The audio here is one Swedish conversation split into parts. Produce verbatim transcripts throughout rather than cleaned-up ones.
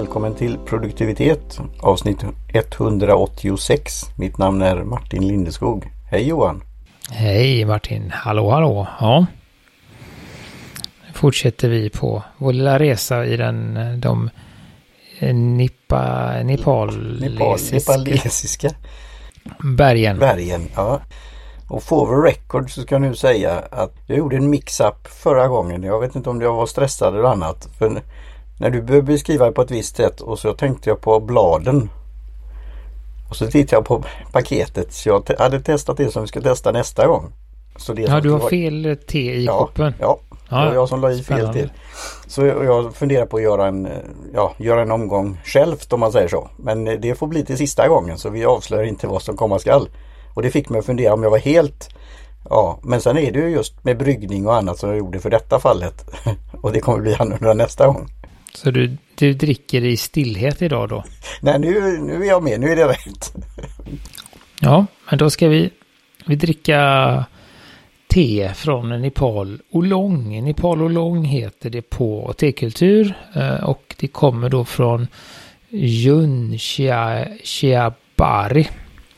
välkommen till Produktivitet, avsnitt etthundraåttiosex. Mitt namn är Martin Lindeskog. Hej Johan! Hej Martin, hallå hallå! Ja. Nu fortsätter vi på vår lilla resa i den, de Nipa, nepalesiska, nepalesiska bergen. bergen. Ja. Och for the record så ska jag nu säga att jag gjorde en mix-up förra gången. Jag vet inte om jag var stressad eller annat. För när du började beskriva på ett visst sätt och så tänkte jag på bladen. Och så tittade jag på paketet. Så jag te- hade testat det som vi ska testa nästa gång. Så det ja, du har vara... fel te i ja, koppen. Ja, ja, det var jag som la i fel till. Så jag, jag funderar på att göra en, ja, göra en omgång självt om man säger så. Men det får bli till sista gången så vi avslöjar inte vad som komma skall. Och det fick mig att fundera om jag var helt... Ja, men sen är det ju just med bryggning och annat som jag gjorde för detta fallet. Och det kommer bli annorlunda nästa gång. Så du, du dricker i stillhet idag då? Nej, nu, nu är jag med. Nu är det rätt. Ja, men då ska vi, vi dricka te från Nepal. Oolong. Nepal Oolong heter det på tekultur. Och det kommer då från Junchiabari.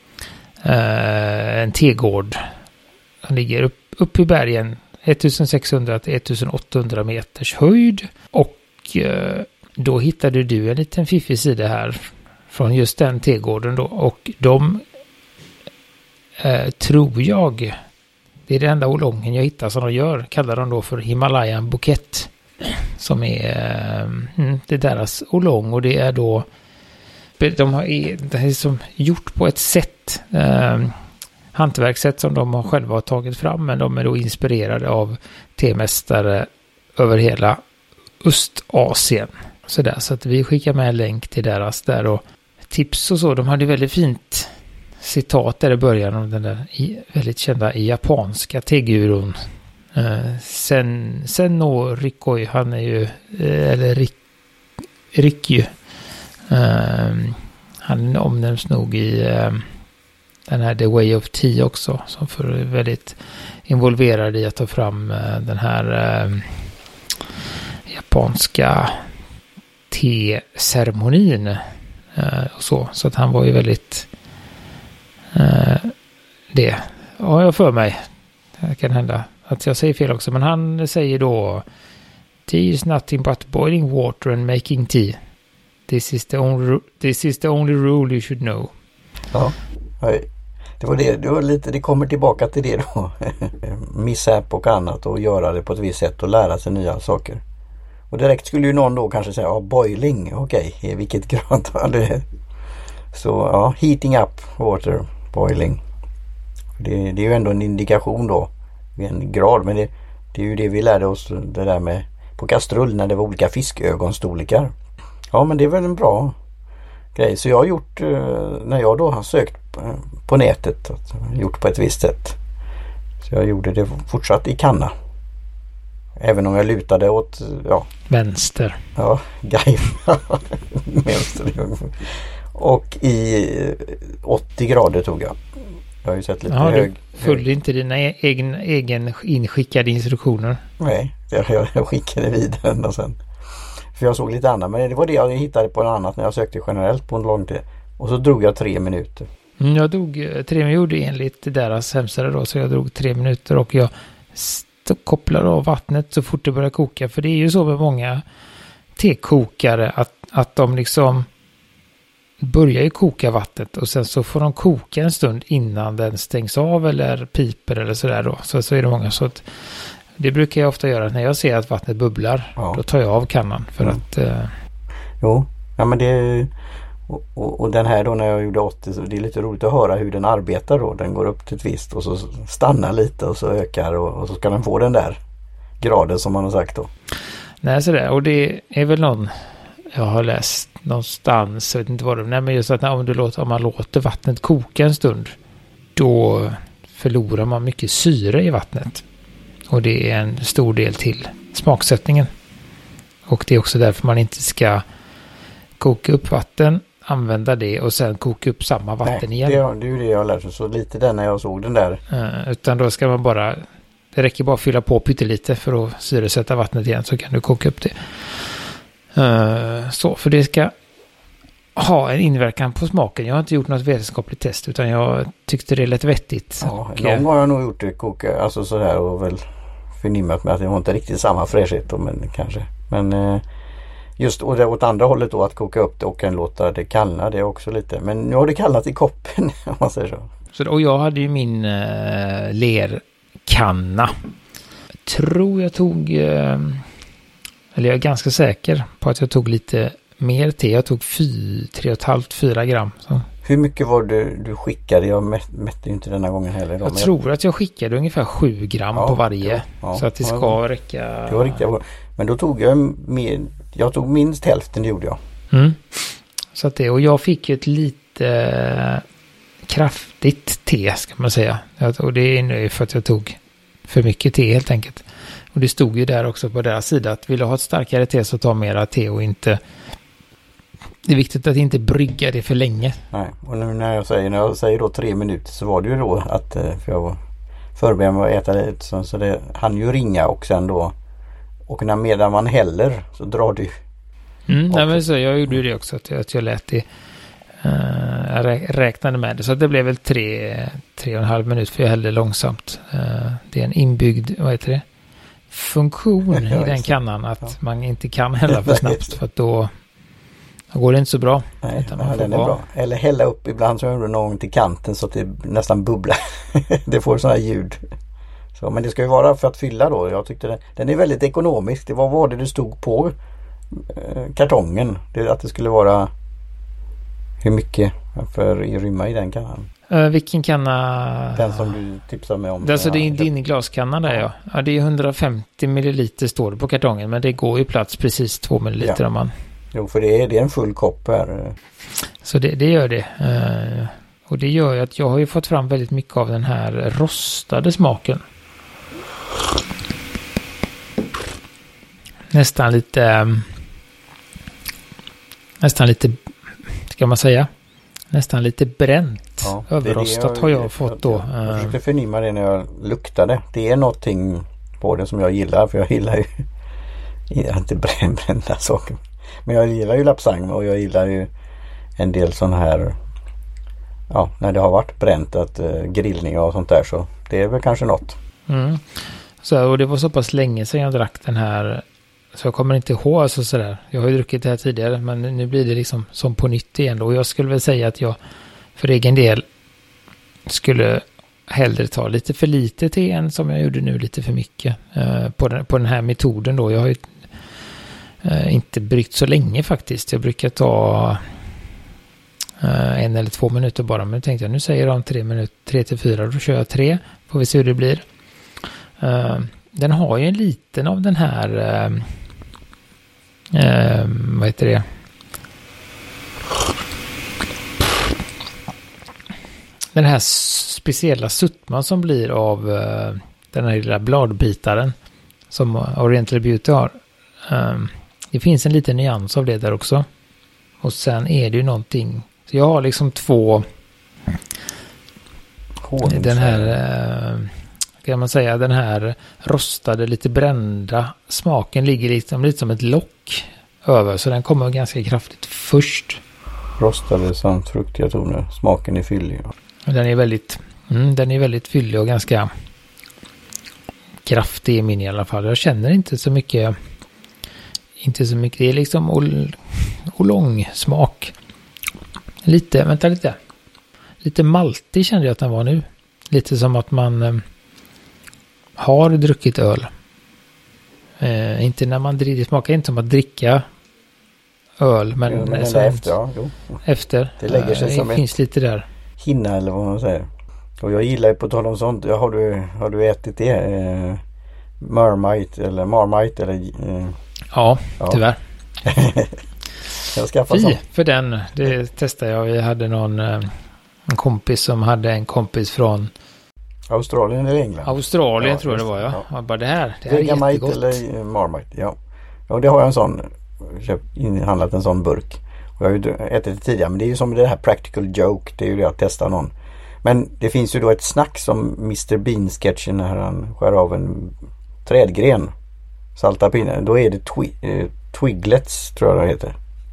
En tegård. Den ligger upp, upp i bergen. sextonhundra till artonhundra meters höjd. Och då hittade du en liten fiffig sida här från just den tegården då. Och de eh, tror jag, det är det enda oolongen jag hittar som de gör, kallar de då för Himalayan Bouquet. Som är, eh, det är deras oolong och det är då, de har, det är som gjort på ett sätt, eh, hantverkssätt som de har själva har tagit fram, men de är då inspirerade av temästare över hela Östasien. Så där, så att vi skickar med en länk till deras där och tips och så. De hade väldigt fint citat där i början om den där väldigt kända japanska tegurun. Eh, sen Senno Rikoi, han är ju eh, eller Rik, Rikyu. Eh, han omnämns nog i eh, den här The Way of Tea också, som för väldigt involverad i att ta fram eh, den här eh, japanska te-ceremonin eh, och så. Så att han var ju väldigt eh, det. Ja, jag för mig. Det kan hända att jag säger fel också. Men han säger då tea is nothing but boiling water and making tea. This is the only, this is the only rule you should know. Ja, det var det. Det var lite, det kommer tillbaka till det då. Mishap och annat och göra det på ett visst sätt och lära sig nya saker. Och direkt skulle ju någon då kanske säga, ja, boiling, okej, okay, i vilket grad var det? Så ja, heating up water, boiling. Det, det är ju ändå en indikation då, en grad, men det, det är ju det vi lärde oss, det där med på kastrull när det var olika fiskögonstorlekar. Ja, men det är väl en bra grej. Så jag har gjort, när jag då har sökt på nätet, gjort på ett visst sätt. Så jag gjorde det fortsatt i kanna. Även om jag lutade åt, ja. Vänster. Ja, guy. Vänster. Och i åttio grader tog jag. Jag har ju sett lite ja, hög. Du följde hög. Inte dina egen, egen inskickade instruktioner? Nej, jag, jag skickade vidare ända sen. För jag såg lite annat. Men det var det jag hittade på en annat när jag sökte generellt på en lång tid. Och så drog jag tre minuter. Mm, jag drog tre minuter enligt deras hemsida då. Så jag drog tre minuter och jag kopplar av vattnet så fort det börjar koka. För det är ju så med många tekokare att, att de liksom börjar ju koka vattnet och sen så får de koka en stund innan den stängs av eller piper eller sådär då. Så, så är det många så att det brukar jag ofta göra när jag ser att vattnet bubblar. Ja. Då tar jag av kannan för mm. att... Eh... Jo, ja men det... Och, och, och den här då när jag gjorde åttio, så det är lite roligt att höra hur den arbetar då. Den går upp till ett visst och så stannar lite och så ökar och, och så ska den få den där graden som man har sagt då. Nej, sådär. Och det är väl någon... Jag har läst någonstans, jag vet inte vad det är, nej, men just att om, du låter, om man låter vattnet koka en stund, då förlorar man mycket syre i vattnet. Och det är en stor del till smaksättningen. Och det är också därför man inte ska koka upp vatten, använda det och sen koka upp samma vatten nej, igen. Det, det är ju det jag har lärt mig, så lite där när jag såg den där. Uh, utan då ska man bara, det räcker bara att fylla på pyttelite för att syresätta vattnet igen så kan du koka upp det. Uh, så, för det ska ha en inverkan på smaken. Jag har inte gjort något vetenskapligt test utan jag tyckte det lät vettigt. Ja, någon gång har jag nog gjort det, koka, alltså sådär och väl förnimmat med att det var inte riktigt samma fräschhet då, men kanske. Men eh, just och det åt andra hållet då att koka upp det och kan låta det kallna, det är också lite. Men nu har det kallat i koppen om man säger så. så och jag hade ju min eh, lerkanna. Jag tror jag tog, eh, eller jag är ganska säker på att jag tog lite mer te. Jag tog fy, tre och halvt, fyra gram. Så. Hur mycket var det du skickade? Jag mätte, mätte inte denna gången heller. Då, jag tror jag... att jag skickade ungefär sju gram ja, på varje. Ja, ja, så att det ska ja, räcka. Det var riktigt. Men då tog jag med, jag tog minst hälften, det gjorde jag. Mm. Så att det, och jag fick ju ett lite kraftigt te ska man säga. Och det är nu för att jag tog för mycket te helt enkelt. Och det stod ju där också på deras sida att vill du ha ett starkare te så ta mera te och inte... Det är viktigt att inte brygga det för länge. Nej, och nu när jag säger, när jag säger då tre minuter så var det ju då att för jag var förberedd med att äta lite så, så det hann ju ringa och sen då och när medan man häller så drar du. Mm, nej men så jag gjorde ju det också att jag, att jag lät det uh, jag räknade med det så att det blev väl tre, tre och en halv minut för jag hällde långsamt. Uh, det är en inbyggd, vad heter det? Funktion i den kannan att ja. man inte kan hälla för snabbt för att då Då går det inte så bra. Nej, ja, den är bra. Eller hälla upp ibland så gör du någon till kanten så att det nästan bubblar. Det får sådana här ljud. Så, men det ska ju vara för att fylla då. Jag tyckte den, den är väldigt ekonomisk. Det var vad det du stod på eh, kartongen. Det, att det skulle vara hur mycket för i rymma i den kannan. Uh, vilken kanna? Den som du tipsade mig om. Det, alltså det är din glaskanna där ja. ja. Det är hundrafemtio milliliter står det på kartongen. Men det går ju plats precis två milliliter ja. om man... Jo, för det är, det är en full kopp här. Så det, det gör det. Uh, och det gör ju att jag har ju fått fram väldigt mycket av den här rostade smaken. Nästan lite... Um, nästan lite... Ska man säga? Nästan lite bränt. Ja, överrostat jag, har jag fått då. Jag, jag försökte förnimma det när jag luktade. Det är någonting på det som jag gillar. För jag gillar ju... inte brända saker. Men jag gillar ju lapsang och jag gillar ju en del sån här ja, när det har varit bränt att uh, grillning och sånt där så det är väl kanske något. Mm. Så och det var så pass länge sedan jag drack den här så jag kommer inte ihåg alltså sådär. Jag har ju druckit det här tidigare men nu blir det liksom som på nytt igen då. Och jag skulle väl säga att jag för egen del skulle hellre ta lite för lite te än som jag gjorde nu lite för mycket uh, på, den, på den här metoden då. Jag har ju Uh, inte bryggt så länge faktiskt. Jag brukar ta uh, en eller två minuter bara. Men tänkte jag, nu säger de tre minuter, tre till fyra. Då kör jag tre. Får vi se hur det blir. Uh, den har ju en liten av den här uh, uh, vad heter det? Den här speciella suttman som blir av uh, den här lilla bladbitaren som Oriental Beauty har. Um, Det finns en liten nyans av det där också. Och sen är det ju någonting. Så jag har liksom två. Honungsfärg. Den här. Eh, kan man säga. Den här rostade lite brända. Smaken ligger liksom lite som ett lock över. Så den kommer ganska kraftigt först. Rostade samt fruktiga toner. Smaken är fyllig. Den är väldigt. Mm, den är väldigt fyllig och ganska kraftig i min i alla fall. Jag känner inte så mycket. Inte så mycket. Det är liksom ol, olong smak. Lite, vänta lite. Lite maltig kände jag att den var nu. Lite som att man eh, har druckit öl. Eh, inte när man dricker. Det smakar inte som att dricka öl. Men, jo, men så efter. Ja, jo. Efter. Det lägger sig eh, som det finns lite där. Hinna eller vad man säger. Och jag gillar ju på tal om sånt. Har du, har du ätit det? Eh, Marmite eller Marmite eller... Eh, Ja, ja, tyvärr. Jag skaffar Fy, sån. för den, det testade jag. Vi hade någon en kompis som hade en kompis från Australien eller England? Australien ja, tror jag det var, ja. ja. Jag bara, det här, det här är Vegamite jättegott. eller Marmite, ja. Ja, det har jag en sån, köpt, inhandlat en sån burk. Och jag har ju ätit det tidigare, men det är ju som det här practical joke, det är ju det att testa någon. Men det finns ju då ett snack som mister Bean-sketchen när han skär av en trädgren. Salta pinnar, då är det twi- eh, twiglets tror jag det heter.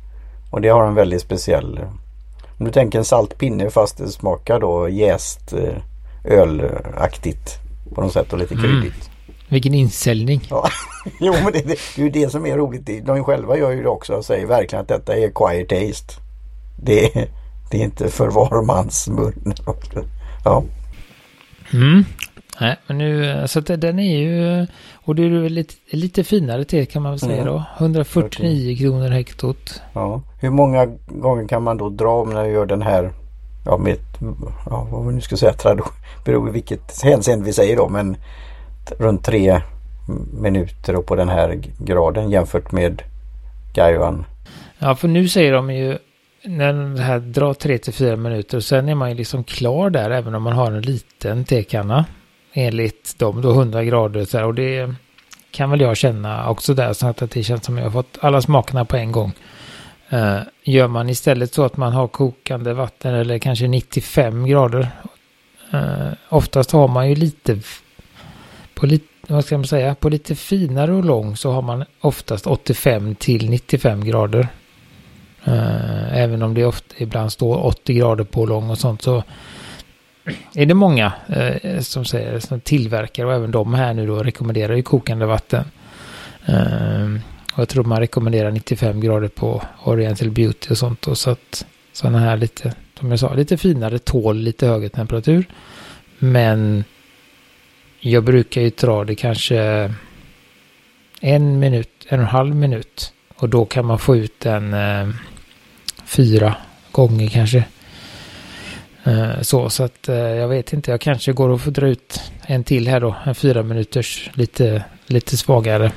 Och det har en väldigt speciell... Om du tänker en salt pinne fast det smakar då jäst ölaktigt på något sätt och lite kryddigt. Mm. Vilken inställning. Ja. Jo, men det, det, det är ju det som är roligt. De själva gör ju det också och säger verkligen att detta är quiet taste. Det är, det är inte för var mans mun. Ja. Mm. Nej, men nu, så att den är ju, och det är ju lite, lite finare te kan man väl säga mm. då. hundrafyrtionio kronor hektot. Ja. Hur många gånger kan man då dra om när du gör den här, ja, med, ja, vad vi nu ska säga, tradition, beror på vilket hänseende vi säger då, men runt tre minuter och på den här graden jämfört med Gaiwan. Ja, för nu säger de ju när det här drar tre till fyra minuter och sen är man ju liksom klar där även om man har en liten tekanna enligt dem då hundra grader så här, och det kan väl jag känna också där så att det känns som jag har fått alla smakerna på en gång. Uh, gör man istället så att man har kokande vatten eller kanske nittiofem grader uh, oftast har man ju lite på lite, vad ska man säga, på lite finare och lång så har man oftast åttiofem till nittiofem grader. Uh, även om det ofta ibland står åttio grader på lång och sånt så är det många uh, som säger som tillverkare och även de här nu då rekommenderar ju kokande vatten. Uh, och jag tror man rekommenderar nittiofem grader på Oriental Beauty och sånt och så att sådana här lite, som jag sa, lite finare tål lite högre temperatur. Men jag brukar ju dra det kanske en minut, en och en halv minut. Och då kan man få ut en eh, fyra gånger kanske. Eh, så så att eh, jag vet inte, jag kanske går och får dra ut en till här då. En fyra minuters lite, lite svagare.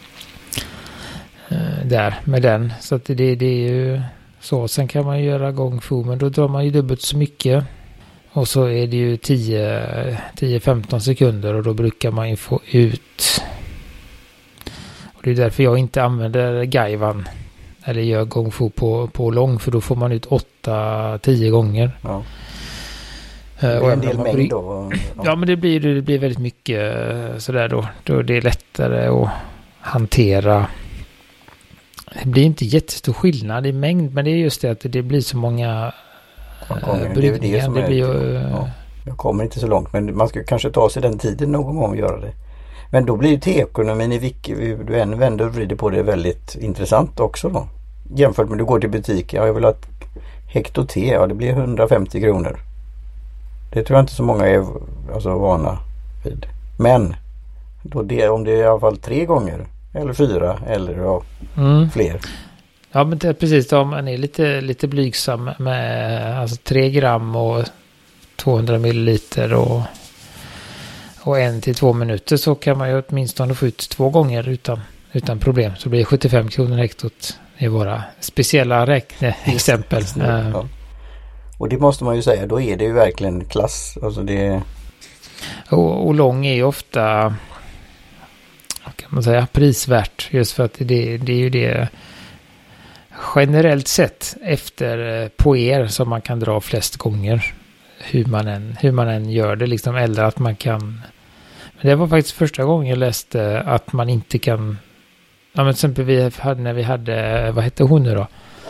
Eh, där med den. Så att det, det är ju så. Sen kan man ju göra gong fu, men då drar man ju dubbelt så mycket. Och så är det ju tio till femton sekunder och då brukar man ju få ut. Och det är därför jag inte använder Gaiwan eller gör gong fu på, på lång, för då får man ut åtta tio gånger. Ja. Det är en del mängd då. Ja. ja, men det blir, det blir väldigt mycket sådär då. Då är det lättare att hantera. Det blir inte jättestor skillnad i mängd, men det är just det att det blir så många Kommer, det är det som det blir ju, ja, jag kommer inte så långt, men man ska kanske ta sig den tiden någon gång att göra det. Men då blir ju teekonomin i vilket du än vänder och vrider på det väldigt intressant också då. Jämfört med du går till butiken, ja, jag vill ha ett hekto te, ja det blir hundrafemtio kronor. Det tror jag inte så många är alltså vana vid. Men då det, om det är i alla fall tre gånger eller fyra eller ja, mm. fler. Ja, men det är precis, om man är lite, lite blygsam med alltså tre gram och tvåhundra milliliter och, och en till två minuter så kan man ju åtminstone få ut två gånger utan, utan problem. Så blir det sjuttiofem kronor hektot i våra speciella räkneexempel. Ja. Och det måste man ju säga, då är det ju verkligen klass. Alltså det... och, och lång är ju ofta, kan man säga, prisvärt just för att det, det är ju det generellt sett efter på er som man kan dra flest gånger hur man än, hur man än gör det liksom, eller att man kan, men det var faktiskt första gången jag läste att man inte kan, ja men till exempel vi hade, när vi hade, vad hette hon nu då?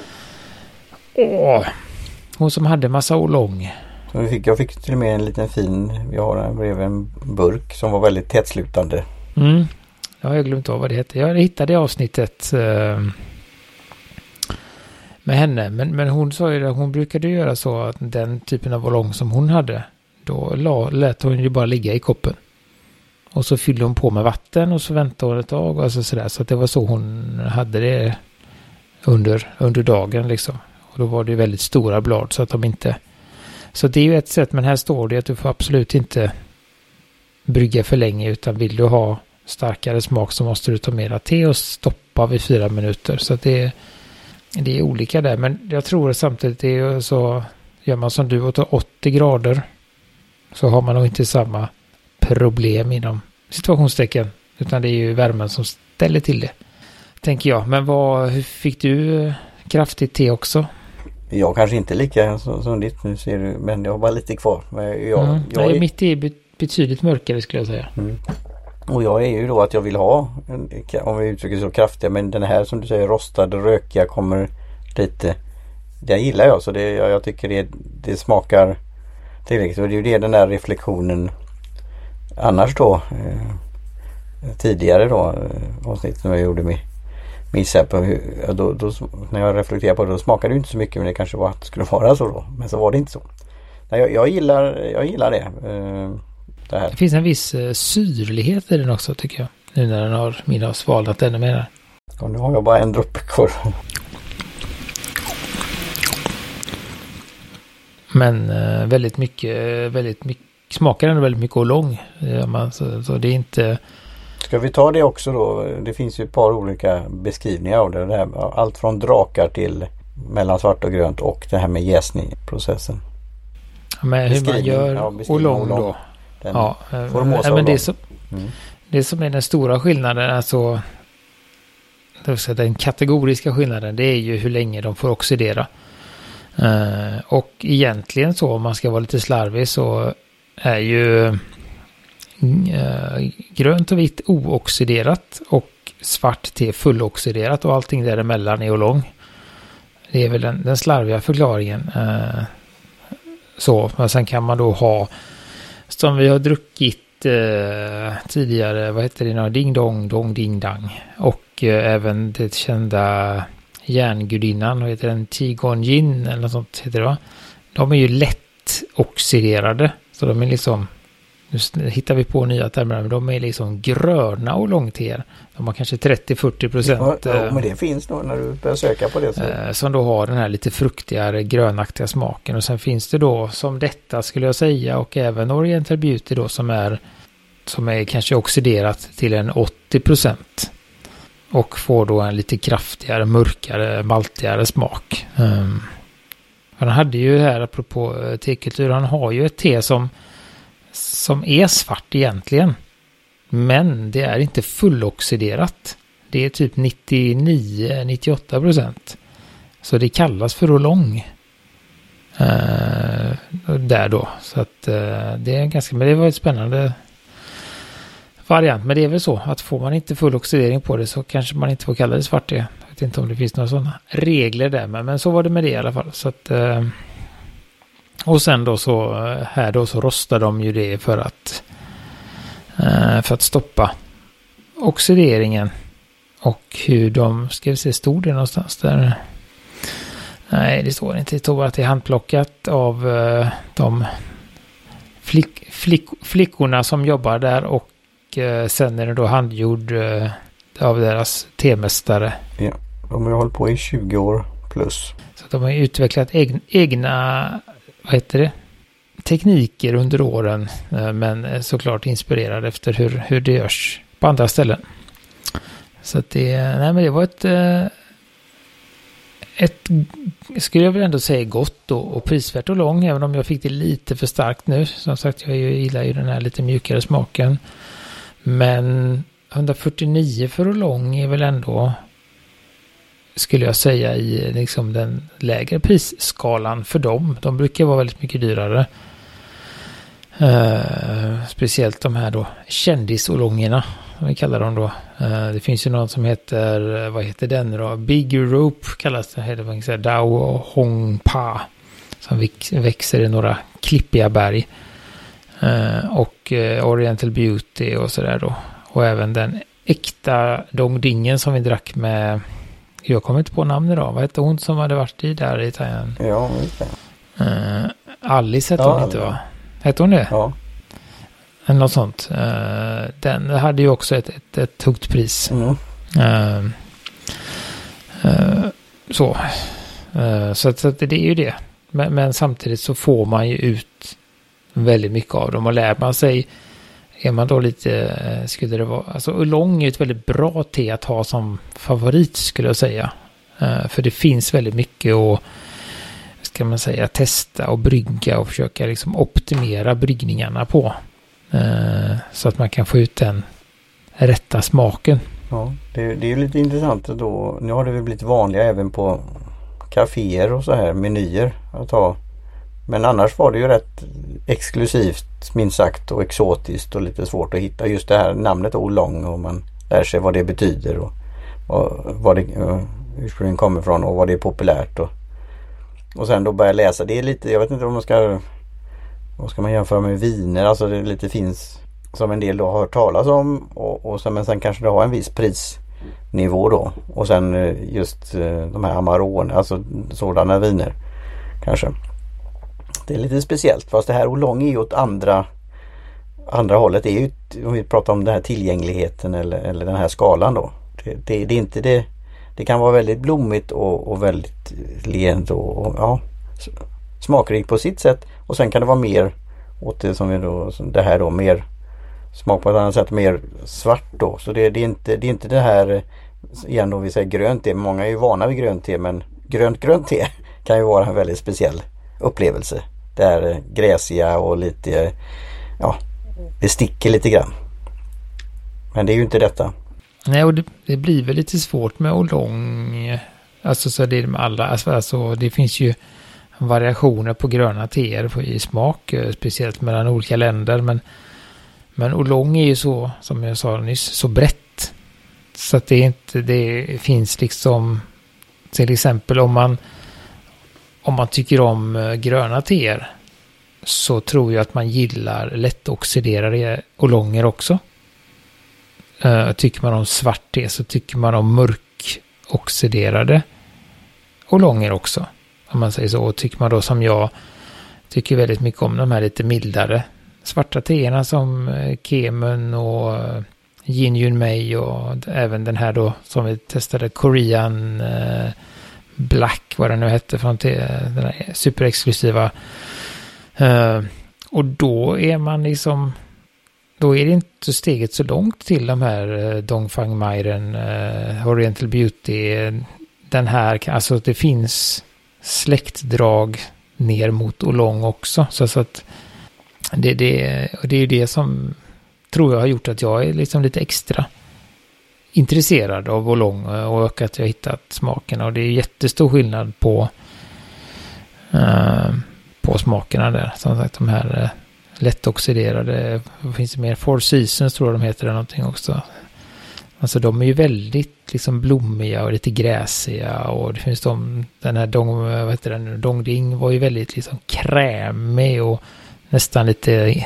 Åh, hon som hade massa lång. Så vi fick, jag fick till och med en liten fin, vi har en, bredvid en burk som var väldigt tätslutande. Mm. Jag har glömt av vad det heter. Jag hittade det avsnittet eh, med henne, men, men hon sa ju att hon brukade göra så att den typen av ballong som hon hade, då la, lät hon ju bara ligga i koppen och så fyllde hon på med vatten och så väntade hon ett tag och så sådär, så att det var så hon hade det under, under dagen liksom, och då var det väldigt stora blad så att de inte, så det är ju ett sätt, men här står det att du får absolut inte brygga för länge, utan vill du ha starkare smak så måste du ta mera te och stoppa vid fyra minuter, så att det är Det är olika där, men jag tror samtidigt det är så, gör man som du och tar åttio grader så har man nog inte samma problem inom situationstecken, utan det är ju värmen som ställer till det, tänker jag. Men vad, hur fick du kraftigt te också? Jag kanske inte lika som, som ditt nu ser du, men jag har bara lite kvar. Men jag, mm. jag Nej, är... mitt är betydligt mörkare skulle jag säga. Mm. Och jag är ju då att jag vill ha, om vi uttrycker så kraftiga, men den här som du säger rostade rökiga kommer lite. Det gillar jag, så det, jag, jag tycker det, det smakar tillräckligt. Och det är ju det, den där reflektionen annars då eh, tidigare då eh, avsnitt som jag gjorde med Missap, då, då, när jag reflekterar på det, då smakade det ju inte så mycket, men det kanske var att det skulle vara så då, men så var det inte så. Nej, jag, jag gillar jag gillar det, eh, det här. Det finns en viss eh, syrlighet i den också, tycker jag, nu när den har mina svalnat ännu mer. Och nu har jag bara en droppe kvar. Men eh, väldigt mycket, väldigt mycket, smakar den väldigt mycket och lång. Ja, man, så, så det är inte... Ska vi ta det också då? Det finns ju ett par olika beskrivningar av det. det här, allt från drakar till mellan svart och grönt och det här med jäsningsprocessen. Ja, men hur man gör ja, och lång då. Ja, Formosa men och det, lång. som, mm. det som är den stora skillnaden, alltså den kategoriska skillnaden, det är ju hur länge de får oxidera. Uh, och egentligen så, om man ska vara lite slarvig, så är ju uh, grönt och vitt ooxiderat och svart te fulloxiderat, och allting däremellan är lång. Det är väl den, den slarviga förklaringen. Uh, så, men sen kan man då ha, som vi har druckit uh, tidigare, vad heter det nu? Ding dong, dong ding dang. Och uh, även det kända järngudinnan, vad heter den? Tigon Gin eller något sånt heter det, va? De är ju lätt oxiderade, så de är liksom, nu hittar vi på nya termer, men de är liksom gröna och långteer. De har kanske trettio till fyrtio procent. Ja, ja, men det finns nog när du börjar söka på det. Så. Eh, som då har den här lite fruktigare, grönaktiga smaken. Och sen finns det då, som detta skulle jag säga, och även Oriental Beauty då, som är, som är kanske oxiderat till en åttio procent. Och får då en lite kraftigare, mörkare, maltigare smak. Um, han hade ju här, apropå tekultur, han har ju ett te som, som är svart egentligen. Men det är inte fulloxiderat. Det är typ nittionio till nittioåtta procent. Så det kallas för oolong. Uh, där då. Så att uh, det är ganska, men det var ett spännande variant. Men det är väl så att får man inte full oxidering på det, så kanske man inte får kalla det svart te. Jag vet inte om det finns några sådana regler där, men, men så var det med det i alla fall. Så att, uh, och sen då så här då så rostar de ju det för att uh, för att stoppa oxideringen. Och hur de, ska vi se, stod det någonstans där? Nej, det står inte. Det står bara att det är handplockat av uh, de flick, flick, flickorna som jobbar där, och uh, sen är det då handgjord uh, av deras temästare. Ja, de har hållit på i tjugo år plus. Så de har utvecklat egna, egna vad heter det? tekniker under åren, uh, men såklart inspirerade efter hur, hur det görs på andra ställen. Så att det, nej men det var ett uh, ett, skulle jag väl ändå säga, gott och, och prisvärt och lång, även om jag fick det lite för starkt nu. Som sagt, jag gillar ju den här lite mjukare smaken. Men hundrafyrtionio för och lång är väl ändå, skulle jag säga, i liksom den lägre prisskalan för dem. De brukar vara väldigt mycket dyrare. Uh, speciellt de här då kändisolongerna, vad vi kallar dem då. Uh, det finns ju någon som heter, vad heter den då? Big Europe kallas det, heter man säga, Dao Hong Pa, som växer i några klippiga berg. Uh, och uh, Oriental Beauty och sådär då. Och även den äkta Dongdingen som vi drack med, jag kommer inte på namn idag, vad heter hon som hade varit i där i Thailand? Ja, just det. Uh, Alice heter ja, hon inte, va? Hette hon det? Ja. Eller något sånt. Uh, den hade ju också ett, ett, ett högt pris. Mm. Uh, uh, så. Uh, så, så att det är ju det. Men, men samtidigt så får man ju ut väldigt mycket av dem. Och lär man sig, är man då lite, skulle det vara, alltså oolong är ett väldigt bra te att ha som favorit, skulle jag säga. Uh, för det finns väldigt mycket att, ska man säga, testa och brygga och försöka liksom optimera bryggningarna på. Uh, så att man kan få ut den rätta smaken. Ja, det, det är ju lite intressant då. Nu har det väl blivit vanliga även på kaféer och så här, menyer att ha. Men annars var det ju rätt exklusivt, minst sagt, och exotiskt och lite svårt att hitta just det här namnet oolong, och man lär sig vad det betyder och, och vad det, ursprungligen kommer från och vad det är populärt. Och, och sen då börja läsa. Det är lite, jag vet inte om man ska, vad ska man jämföra med viner? Alltså det är lite finns som en del då har hört talas om. Och, och sen, men sen kanske det har en viss prisnivå då. Och sen just de här Amarone, alltså sådana viner kanske. Det är lite speciellt. Fast det här Oolong är ju åt andra andra hållet. Det är ju, om vi pratar om den här tillgängligheten eller, eller den här skalan då. Det, det, det är inte det. Det kan vara väldigt blommigt och, och väldigt lent och, och ja, smakrikt på sitt sätt. Och sen kan det vara mer åt det som vi då, det här då, mer smak på ett annat sätt, mer svart då. Så det, det, är, inte, det är inte det här, igen då vi säger grönt te. Många är ju vana vid grönt te, men grönt grönt te kan ju vara en väldigt speciell upplevelse. Det är gräsiga och lite, ja, det sticker lite grann. Men det är ju inte detta. Nej, och det, det blir väl lite svårt med Oolong. Alltså så det är med alla, alltså, alltså det finns ju variationer på gröna teer i smak, speciellt mellan olika länder, men men Oolong är ju så, som jag sa nyss, så brett. Så att det inte, det finns liksom, till exempel om man om man tycker om gröna teer, så tror jag att man gillar lättoxiderade Oolonger också. Uh, tycker man om svart te så tycker man om mörkoxiderade Oolonger också. Om man säger så. Och tycker man då som jag tycker väldigt mycket om de här lite mildare svarta teerna som Kemun och Yin Yun Mei och även den här då som vi testade, Korean uh, Black, vad det nu hette, från te, den här superexklusiva. Uh, och då är man liksom, då är det inte steget så långt till de här uh, Dongfang Mairen, uh, Oriental Beauty, uh, den här, alltså det finns släktdrag ner mot Oolong också, så, så att det, det, och det är det som tror jag har gjort att jag är liksom lite extra intresserad av Oolong och att jag har hittat smakerna, och det är jättestor skillnad på uh, på smakerna där. Som sagt, de här uh, lättoxiderade, finns det mer Four Seasons tror jag de heter, eller någonting också. Alltså de är ju väldigt liksom blommiga och lite gräsiga, och det finns de, den här Dong, vad heter den, Dongding var ju väldigt liksom krämig och nästan lite,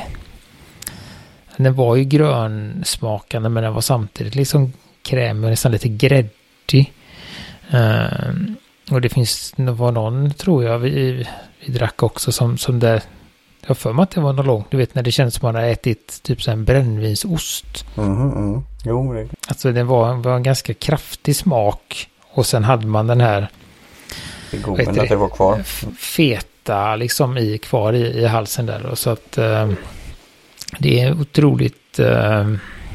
den var ju grönsmakande, men den var samtidigt liksom krämig och nästan lite gräddig. Uh, och det finns, det var någon tror jag vi, vi drack också som, som där, jag för mig att det var något långt, du vet när det känns som att man har ätit typ så en brännvinsost. Mm, mm. Jo, det. Alltså det var, var en ganska kraftig smak, och sen hade man den här god, men att det var kvar. Feta liksom i, kvar i, i halsen där, och så att uh, det är otroligt uh,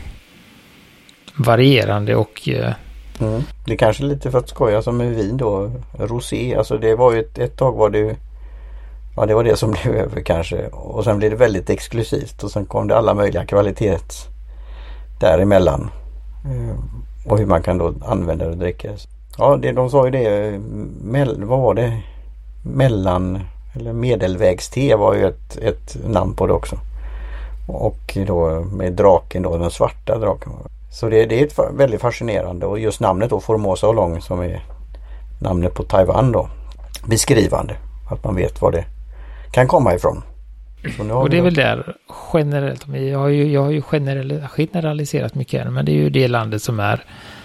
varierande och uh, mm. Det är kanske lite för att skoja som med vin då, rosé, alltså det var ju ett, ett tag var det, ja det var det som blev över kanske, och sen blev det väldigt exklusivt, och sen kom det alla möjliga kvalitets däremellan, mm. och hur man kan då använda det och dricka. Ja, det, de sa ju det, mell, vad var det, mellan eller medelvägste var ju ett, ett namn på det också, och då med draken då, den svarta draken. Så det, det är ett väldigt fascinerande, och just namnet då, Formosa Oolong, som är namnet på Taiwan då, beskrivande, att man vet vad det kan komma ifrån. Och det är väl där generellt, jag har ju, jag har ju generell, generaliserat mycket här, men det är ju det landet som är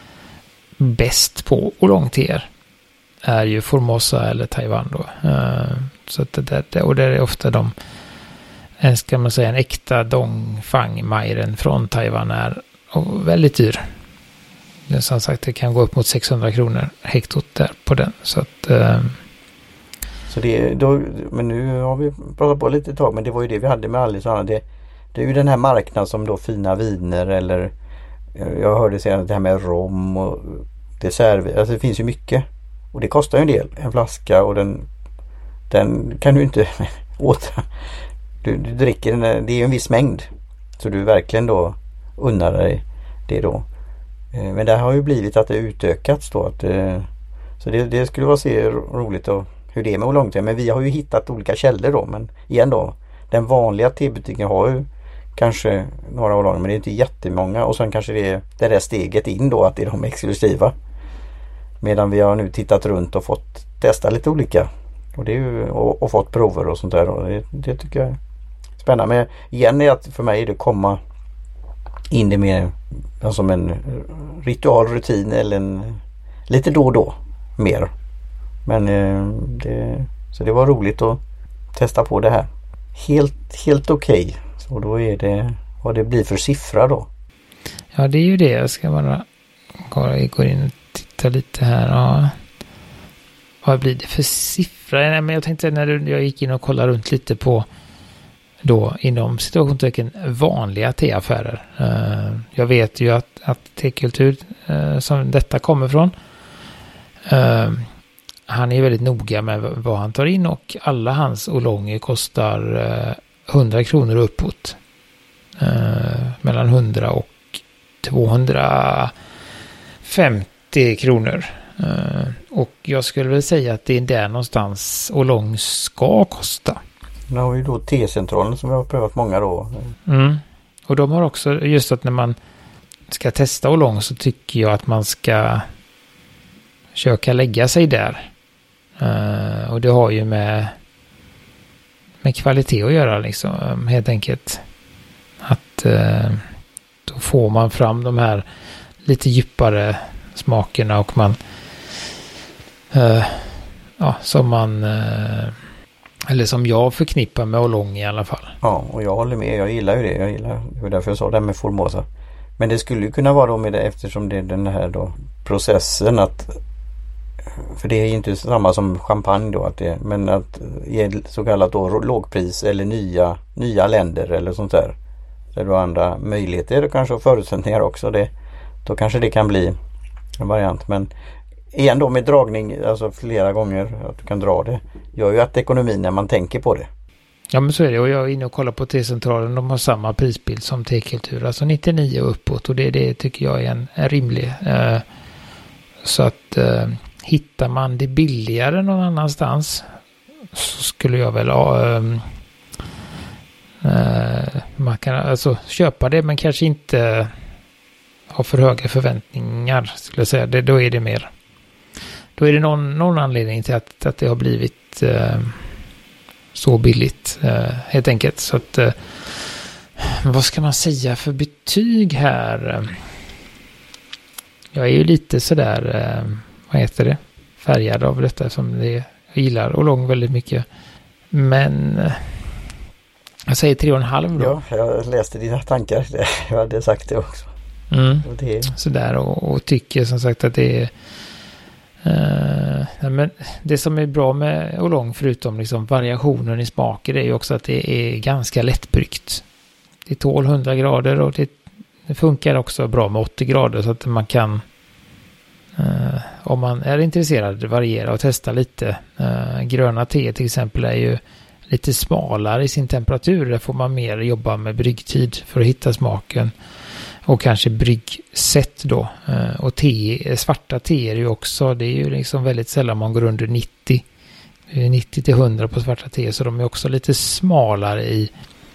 bäst på oolongteer är ju Formosa eller Taiwan då. Uh, så att det, det, och det är ofta de, en, ska man säga, en äkta Dongfang Mairen från Taiwan är och väldigt dyr. Det, som sagt, det kan gå upp mot sexhundra kronor hektot där på den. Så att uh, så det då, men nu har vi pratat på lite tag, men det var ju det vi hade med Alice och Anna. Det, det är ju den här marknaden som då fina viner, eller jag hörde säga det här med rom och dessert, alltså det finns ju mycket, och det kostar ju en del, en flaska, och den den kan du inte åter du, du dricker den, det är ju en viss mängd, så du verkligen då unnar dig det då. Men det har ju blivit att det utökats då, att så det, det skulle vara se roligt och hur det är med oolongte, men vi har ju hittat olika källor då, men igen då, den vanliga tebutiken har ju kanske några oolong, men det är inte jättemånga, och sen kanske det är det där steget in då, att det är de exklusiva. Medan vi har nu tittat runt och fått testa lite olika. Och, det är ju, och, och fått prover och sånt där. Och det, det tycker jag är spännande. Men igen är att för mig är det komma in det med som en ritual, rutin eller en, lite då och då mer. Men det, så det var roligt att testa på det här. Helt, helt okej. Okay. Så då är det vad det blir för siffra då. Ja, det är ju det. Jag ska bara gå in och titta lite här. Ja. Vad blir det för siffra? Nej, men jag tänkte när jag gick in och kollade runt lite på då inom situationstecken vanliga teaffärer. Uh, jag vet ju att, att tekultur uh, som detta kommer från uh, han är väldigt noga med vad han tar in och alla hans olonger kostar uh, hundra kronor uppåt. Uh, mellan hundra och tvåhundrafemtio kronor. Uh, och jag skulle väl säga att det är där någonstans olong ska kosta. Nu har vi då T-centralen som vi har prövat många då. Mm. Och de har också, just att när man ska testa olong så tycker jag att man ska försöka lägga sig där. Uh, och det har ju med med kvalitet att göra liksom, helt enkelt. Att uh, då får man fram de här lite djupare smakerna och man uh, ja, som man uh, eller som jag förknippar med olong i alla fall. Ja, och jag håller med. Jag gillar ju det. Jag gillar, det var därför jag sa det med Formosa. Men det skulle ju kunna vara då med det eftersom det är den här då processen att för det är ju inte samma som champagne då att det, men att ge så kallat då lågpris eller nya nya länder eller sånt där. Där du har andra möjligheter och kanske förutsättningar också det. Då kanske det kan bli en variant. Men igen då med dragning, alltså flera gånger att du kan dra det, gör ju att ekonomin när man tänker på det. Ja men så är det, och jag är inne och kollar på T-centralen, de har samma prisbild som T-kultur, alltså nittionio och uppåt, och det, det tycker jag är en, en rimlig. Eh, så att eh, hittar man det billigare någon annanstans så skulle jag väl ha eh, eh, man kan alltså köpa det men kanske inte ha för höga förväntningar skulle jag säga. Det, då är det mer då är det någon, någon anledning till att, att det har blivit eh, så billigt eh, helt enkelt. Så att eh, vad ska man säga för betyg här? Jag är ju lite sådär eh, vad heter det? Färgad av detta som det jag gillar och lång väldigt mycket. Men eh, jag säger tre och en halv då. Ja, jag läste dina tankar. Jag hade sagt det också. Mm. Och det... Sådär och, och tycker som sagt att det är Uh, men det som är bra med Olong förutom liksom variationen i smaker är ju också att det är ganska lättbryggt. Det tål hundra grader och det, det funkar också bra med åttio grader så att man kan uh, om man är intresserad variera och testa lite. Uh, gröna te till exempel är ju lite smalare i sin temperatur. Där får man mer jobba med bryggtid för att hitta smaken. Och kanske bryggsätt då. Och te, svarta te är ju också, det är ju liksom väldigt sällan man går under nittio. nittio till hundra på svarta te. Så de är också lite smalare i,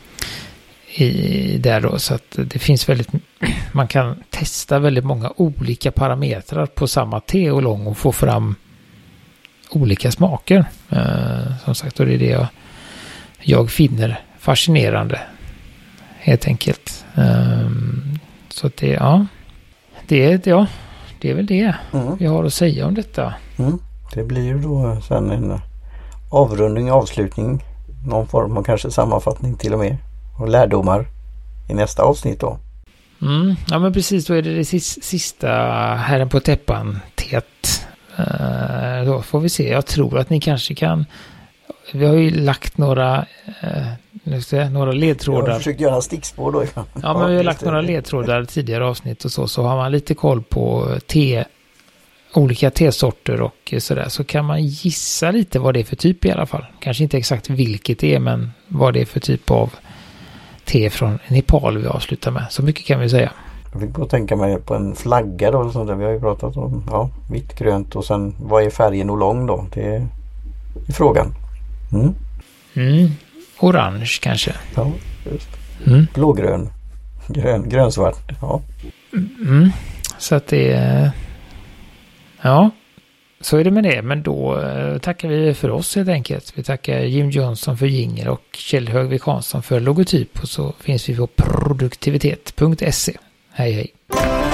i där då. Så att det finns väldigt, man kan testa väldigt många olika parametrar på samma te och lång och få fram olika smaker. Som sagt, och det är det jag, jag finner fascinerande. Helt enkelt. Så att det, ja, det, ja, det är väl det mm. vi har att säga om detta. Mm. Det blir ju då sen en avrundning, avslutning, någon form av kanske sammanfattning till och med och lärdomar i nästa avsnitt då. Mm. Ja men precis, då är det det sista Herren på täppan teet. Uh, då får vi se, jag tror att ni kanske kan, vi har ju lagt några uh, Det, några ledtrådar. Jag har försökt göra stickspår då. Ja, ja men vi har lagt några ledtrådar tidigare avsnitt och så. Så har man lite koll på te, olika tesorter och sådär. Så kan man gissa lite vad det är för typ i alla fall. Kanske inte exakt vilket det är, men vad det är för typ av te från Nepal vi avslutar med. Så mycket kan vi säga. Jag fick bara tänka mig på en flagga då. Så där vi har ju pratat om ja, vitt, grönt och sen vad är färgen Olong då? Det är, det är frågan. Mm. Mm. Orange kanske. Ja, just. Mm. Blågrön. Grön, grönsvart. Ja. Mm. Så att det är... Ja, så är det med det. Men då eh, tackar vi för oss helt enkelt. Vi tackar Jim Johnson för jingle och Kjell Högvik Hansson för logotyp. Och så finns vi på produktivitet punkt se. Hej hej.